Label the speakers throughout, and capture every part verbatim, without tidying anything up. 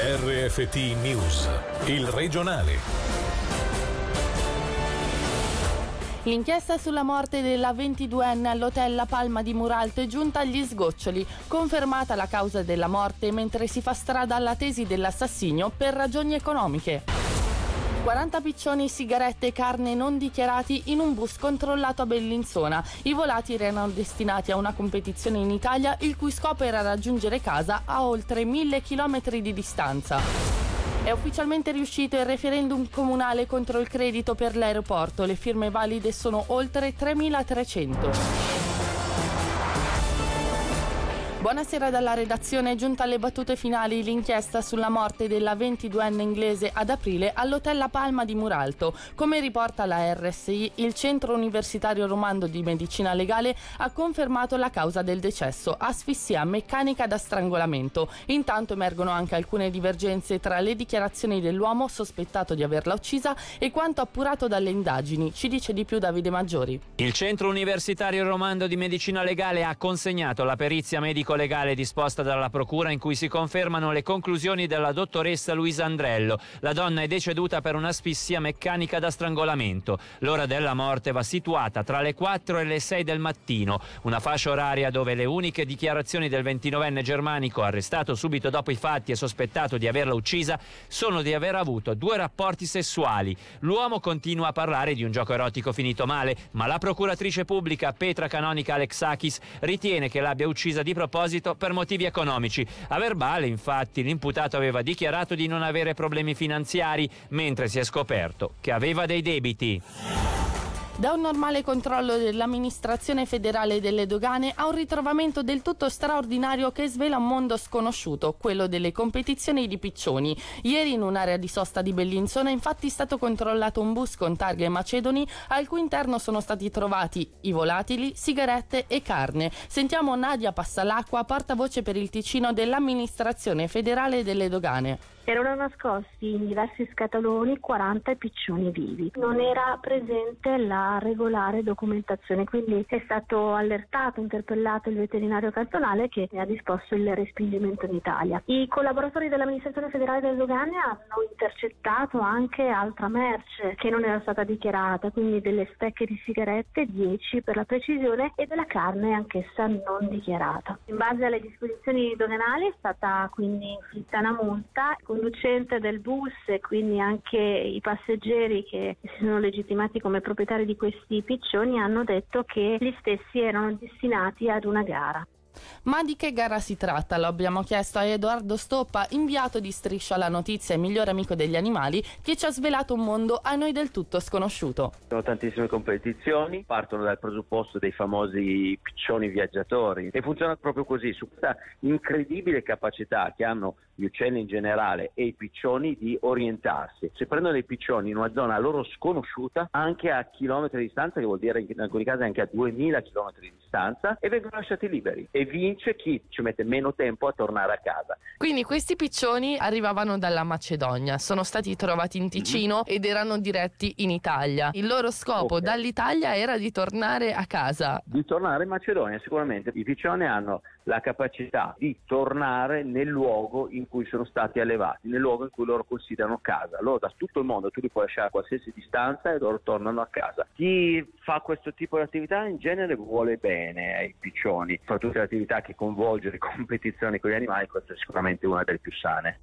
Speaker 1: R F T News, il regionale.
Speaker 2: L'inchiesta sulla morte della ventiduenne all'hotel La Palma di Muralto è giunta agli sgoccioli. Confermata la causa della morte mentre si fa strada alla tesi dell'assassinio per ragioni economiche. quaranta piccioni, sigarette e carne non dichiarati in un bus controllato a Bellinzona. I volati erano destinati a una competizione in Italia, il cui scopo era raggiungere casa a oltre mille chilometri di distanza. È ufficialmente riuscito il referendum comunale contro il credito per l'aeroporto. Le firme valide sono oltre tremilatrecento. Buonasera dalla redazione. È giunta alle battute finali l'inchiesta sulla morte della ventiduenne inglese ad aprile all'hotel La Palma di Muralto. Come riporta la R S I, il Centro Universitario Romano di Medicina Legale ha confermato la causa del decesso: asfissia meccanica da strangolamento. Intanto emergono anche alcune divergenze tra le dichiarazioni dell'uomo sospettato di averla uccisa e quanto appurato dalle indagini. Ci dice di più Davide Maggiori.
Speaker 3: Il Centro Universitario Romano di Medicina Legale ha consegnato la perizia medico legale disposta dalla procura, in cui si confermano le conclusioni della dottoressa Luisa Andrello. La donna è deceduta per un'asfissia meccanica da strangolamento. L'ora della morte va situata tra le quattro e le sei del mattino, una fascia oraria dove le uniche dichiarazioni del ventinovenne germanico, arrestato subito dopo i fatti e sospettato di averla uccisa, sono di aver avuto due rapporti sessuali. L'uomo continua a parlare di un gioco erotico finito male, ma la procuratrice pubblica Petra Canonica Alexakis ritiene che l'abbia uccisa di proposito per motivi economici. A verbale, infatti, l'imputato aveva dichiarato di non avere problemi finanziari, mentre si è scoperto che aveva dei debiti.
Speaker 2: Da un normale controllo dell'amministrazione federale delle dogane a un ritrovamento del tutto straordinario che svela un mondo sconosciuto, quello delle competizioni di piccioni. Ieri in un'area di sosta di Bellinzona è infatti stato controllato un bus con targhe macedoni al cui interno sono stati trovati i volatili, sigarette e carne. Sentiamo Nadia Passalacqua, portavoce per il Ticino dell'amministrazione federale delle dogane.
Speaker 4: Erano nascosti in diversi scatoloni quaranta piccioni vivi. Non era presente la regolare documentazione, quindi è stato allertato, interpellato il veterinario cantonale che ne ha disposto il respingimento in Italia. I collaboratori dell'amministrazione federale delle dogane hanno intercettato anche altra merce che non era stata dichiarata, quindi delle stecche di sigarette, dieci per la precisione, e della carne anch'essa non dichiarata. In base alle disposizioni doganali è stata quindi inflitta una multa. Il conducente del bus e quindi anche i passeggeri che si sono legittimati come proprietari di questi piccioni hanno detto che gli stessi erano destinati ad una gara.
Speaker 2: Ma di che gara si tratta? Lo abbiamo chiesto a Edoardo Stoppa, inviato di Striscia la Notizia e migliore amico degli animali, che ci ha svelato un mondo a noi del tutto sconosciuto.
Speaker 5: Ci sono tantissime competizioni, partono dal presupposto dei famosi piccioni viaggiatori e funziona proprio così, su questa incredibile capacità che hanno gli uccelli in generale e i piccioni di orientarsi. Si prendono dei piccioni in una zona loro sconosciuta, anche a chilometri di distanza, che vuol dire in alcuni casi anche a duemila chilometri di distanza, e vengono lasciati liberi. E vince chi ci mette meno tempo a tornare a casa.
Speaker 2: Quindi questi piccioni arrivavano dalla Macedonia, sono stati trovati in Ticino mm-hmm. ed erano diretti in Italia. Il loro scopo okay. dall'Italia era di tornare a casa.
Speaker 5: Di tornare in Macedonia, sicuramente. I piccioni hanno la capacità di tornare nel luogo in cui sono stati allevati, nel luogo in cui loro considerano casa. Loro da tutto il mondo, tu li puoi lasciare a qualsiasi distanza e loro tornano a casa. Chi fa questo tipo di attività in genere vuole bene ai piccioni, fa tutte le attività che coinvolge le competizioni con gli animali, questa è sicuramente una delle più sane.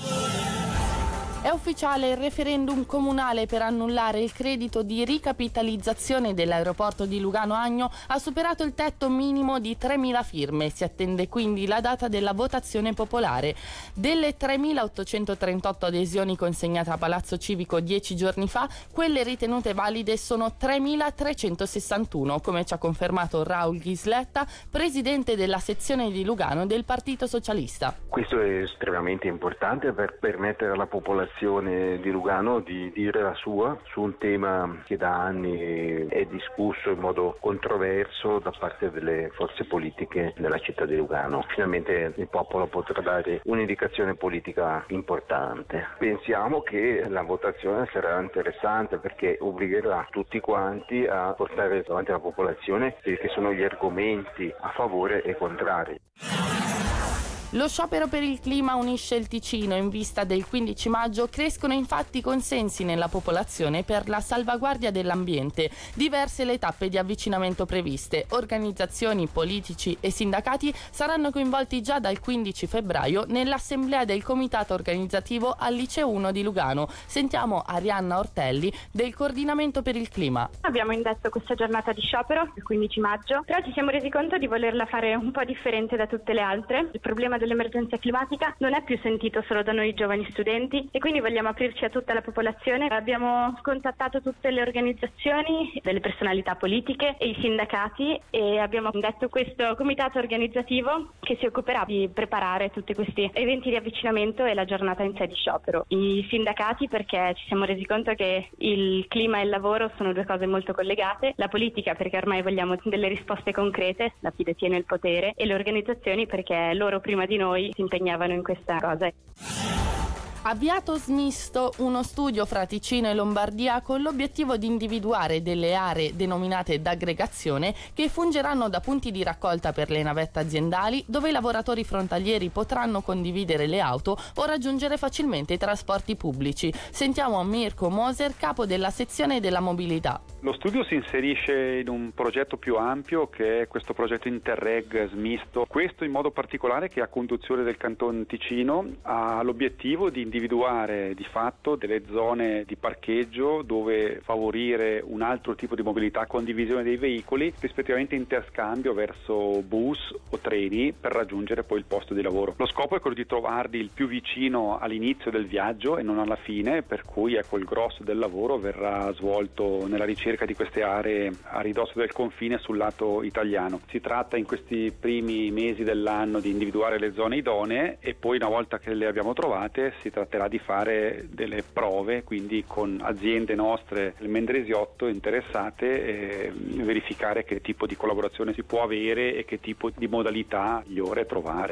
Speaker 2: È ufficiale il referendum comunale per annullare il credito di ricapitalizzazione dell'aeroporto di Lugano Agno ha superato il tetto minimo di tremila firme. Si attende quindi la data della votazione popolare. Delle tremilaottocentotrentotto adesioni consegnate a Palazzo Civico dieci giorni fa, quelle ritenute valide sono tremilatrecentosessantuno, come ci ha confermato Raul Ghisletta, presidente della sezione di Lugano del Partito Socialista.
Speaker 6: Questo è estremamente importante per permettere alla popolazione di Lugano di dire la sua su un tema che da anni è discusso in modo controverso da parte delle forze politiche della città di Lugano. Finalmente il popolo potrà dare un'indicazione politica importante. Pensiamo che la votazione sarà interessante perché obbligherà tutti quanti a portare davanti alla popolazione quelli che sono gli argomenti a favore e contrari.
Speaker 2: Lo sciopero per il clima unisce il Ticino. In vista del quindici maggio crescono infatti i consensi nella popolazione per la salvaguardia dell'ambiente. Diverse le tappe di avvicinamento previste. Organizzazioni, politici e sindacati saranno coinvolti già dal quindici febbraio nell'assemblea del comitato organizzativo al Liceo uno di Lugano. Sentiamo Arianna Ortelli del Coordinamento per il Clima.
Speaker 7: Abbiamo indetto questa giornata di sciopero il quindici maggio, però ci siamo resi conto di volerla fare un po' differente da tutte le altre. Il problema dell'emergenza climatica non è più sentito solo da noi giovani studenti e quindi vogliamo aprirci a tutta la popolazione. Abbiamo contattato tutte le organizzazioni, delle personalità politiche e i sindacati e abbiamo indetto questo comitato organizzativo che si occuperà di preparare tutti questi eventi di avvicinamento e la giornata in sé di sciopero. I sindacati perché ci siamo resi conto che il clima e il lavoro sono due cose molto collegate, la politica perché ormai vogliamo delle risposte concrete da chi detiene il potere e le organizzazioni perché loro prima di noi si impegnavano in questa cosa.
Speaker 2: Avviato Smisto, uno studio fra Ticino e Lombardia con l'obiettivo di individuare delle aree denominate d'aggregazione che fungeranno da punti di raccolta per le navette aziendali dove i lavoratori frontalieri potranno condividere le auto o raggiungere facilmente i trasporti pubblici. Sentiamo Mirko Moser, capo della sezione della mobilità.
Speaker 8: Lo studio si inserisce in un progetto più ampio che è questo progetto Interreg Smisto. Questo in modo particolare che a conduzione del Canton Ticino ha l'obiettivo di individuare di fatto delle zone di parcheggio dove favorire un altro tipo di mobilità, condivisione dei veicoli, rispettivamente interscambio verso bus o treni per raggiungere poi il posto di lavoro. Lo scopo è quello di trovarli il più vicino all'inizio del viaggio e non alla fine, per cui ecco il grosso del lavoro verrà svolto nella ricerca di queste aree a ridosso del confine sul lato italiano. Si tratta in questi primi mesi dell'anno di individuare le zone idonee e poi una volta che le abbiamo trovate si tratterà di fare delle prove, quindi con aziende nostre, il Mendresiotto, interessate e verificare che tipo di collaborazione si può avere e che tipo di modalità migliore trovare.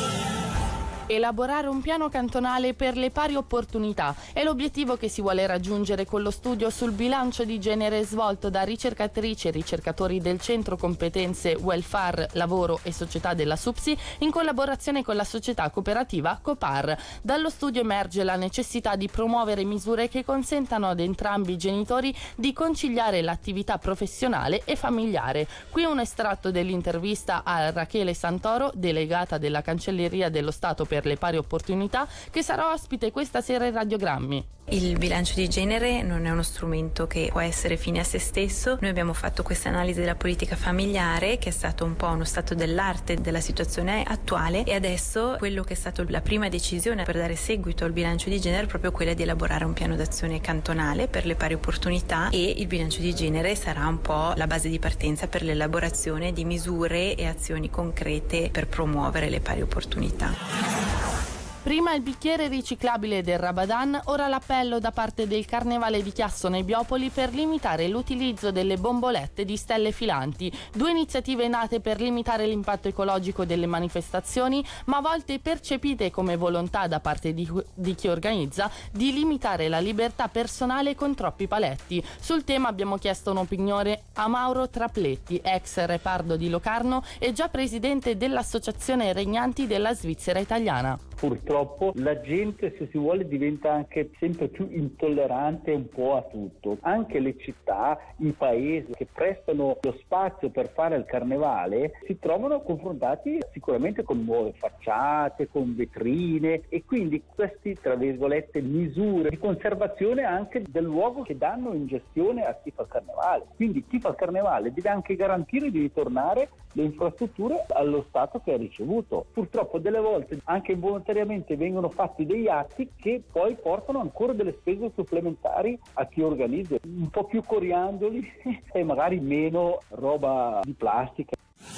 Speaker 2: Elaborare un piano cantonale per le pari opportunità è l'obiettivo che si vuole raggiungere con lo studio sul bilancio di genere svolto da ricercatrici e ricercatori del Centro Competenze Welfare, Lavoro e Società della SUPSI in collaborazione con la società cooperativa Copar. Dallo studio emerge la necessità di promuovere misure che consentano ad entrambi i genitori di conciliare l'attività professionale e familiare. Qui un estratto dell'intervista a Rachele Santoro, delegata della Cancelleria dello Stato per le pari opportunità, che sarà ospite questa sera in Radiogrammi.
Speaker 9: Il bilancio di genere non è uno strumento che può essere fine a se stesso. Noi abbiamo fatto questa analisi della politica familiare che è stato un po' uno stato dell'arte della situazione attuale e adesso quello che è stato la prima decisione per dare seguito al bilancio di genere è proprio quella di elaborare un piano d'azione cantonale per le pari opportunità e il bilancio di genere sarà un po' la base di partenza per l'elaborazione di misure e azioni concrete per promuovere le pari opportunità.
Speaker 2: Prima il bicchiere riciclabile del Rabadan, ora l'appello da parte del Carnevale di Chiasso Nebbiopoli per limitare l'utilizzo delle bombolette di stelle filanti. Due iniziative nate per limitare l'impatto ecologico delle manifestazioni, ma a volte percepite come volontà da parte di, di chi organizza di limitare la libertà personale con troppi paletti. Sul tema abbiamo chiesto un'opinione a Mauro Trapletti, ex repardo di Locarno e già presidente dell'Associazione Regnanti della Svizzera Italiana.
Speaker 10: Purtroppo la gente, se si vuole, diventa anche sempre più intollerante un po' a tutto. Anche le città, i paesi che prestano lo spazio per fare il carnevale si trovano confrontati sicuramente con nuove facciate, con vetrine e quindi questi, tra virgolette, misure di conservazione anche del luogo che danno in gestione a chi fa il carnevale. Quindi chi fa il carnevale deve anche garantire di ritornare le infrastrutture allo stato che ha ricevuto. Purtroppo delle volte anche involontariamente vengono fatti degli atti che poi portano ancora delle spese supplementari a chi organizza, un po' più coriandoli e magari meno roba di plastica.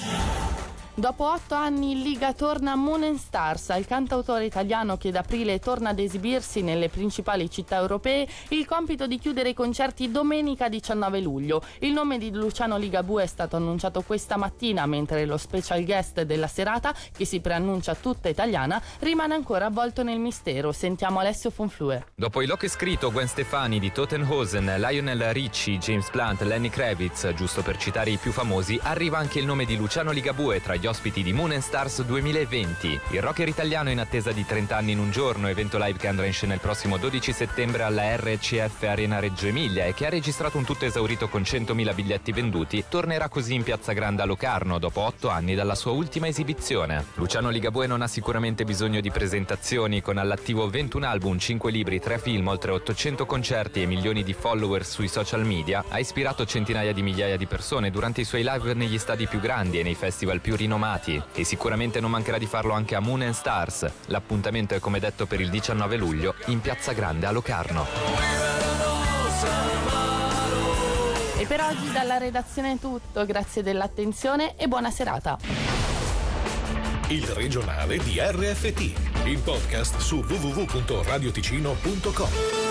Speaker 2: Dopo otto anni in Liga torna Moon Stars, il cantautore italiano che da aprile torna ad esibirsi nelle principali città europee, il compito di chiudere i concerti domenica diciannove luglio. Il nome di Luciano Ligabue è stato annunciato questa mattina, mentre lo special guest della serata, che si preannuncia tutta italiana, rimane ancora avvolto nel mistero. Sentiamo Alessio Fonflue.
Speaker 11: Dopo i lochi scritto Gwen Stefani di Tottenhausen, Lionel Richie, James Blunt, Lenny Kravitz, giusto per citare i più famosi, arriva anche il nome di Luciano Ligabue tra gli gli ospiti di Moon and Stars duemilaventi. Il rocker italiano in attesa di trenta anni in un giorno, evento live che andrà in scena il prossimo dodici settembre alla R C F Arena Reggio Emilia e che ha registrato un tutto esaurito con centomila biglietti venduti, tornerà così in Piazza Grande a Locarno dopo otto anni dalla sua ultima esibizione. Luciano Ligabue non ha sicuramente bisogno di presentazioni, con all'attivo ventuno album, cinque libri, tre film, oltre ottocento concerti e milioni di follower sui social media. Ha ispirato centinaia di migliaia di persone durante i suoi live negli stadi più grandi e nei festival più rinomati, e sicuramente non mancherà di farlo anche a Moon and Stars. L'appuntamento è, come detto, per il diciannove luglio in Piazza Grande a Locarno.
Speaker 2: E per oggi dalla redazione è tutto, grazie dell'attenzione e buona serata.
Speaker 1: Il regionale di R F T, il podcast su w w w punto radioticino punto com.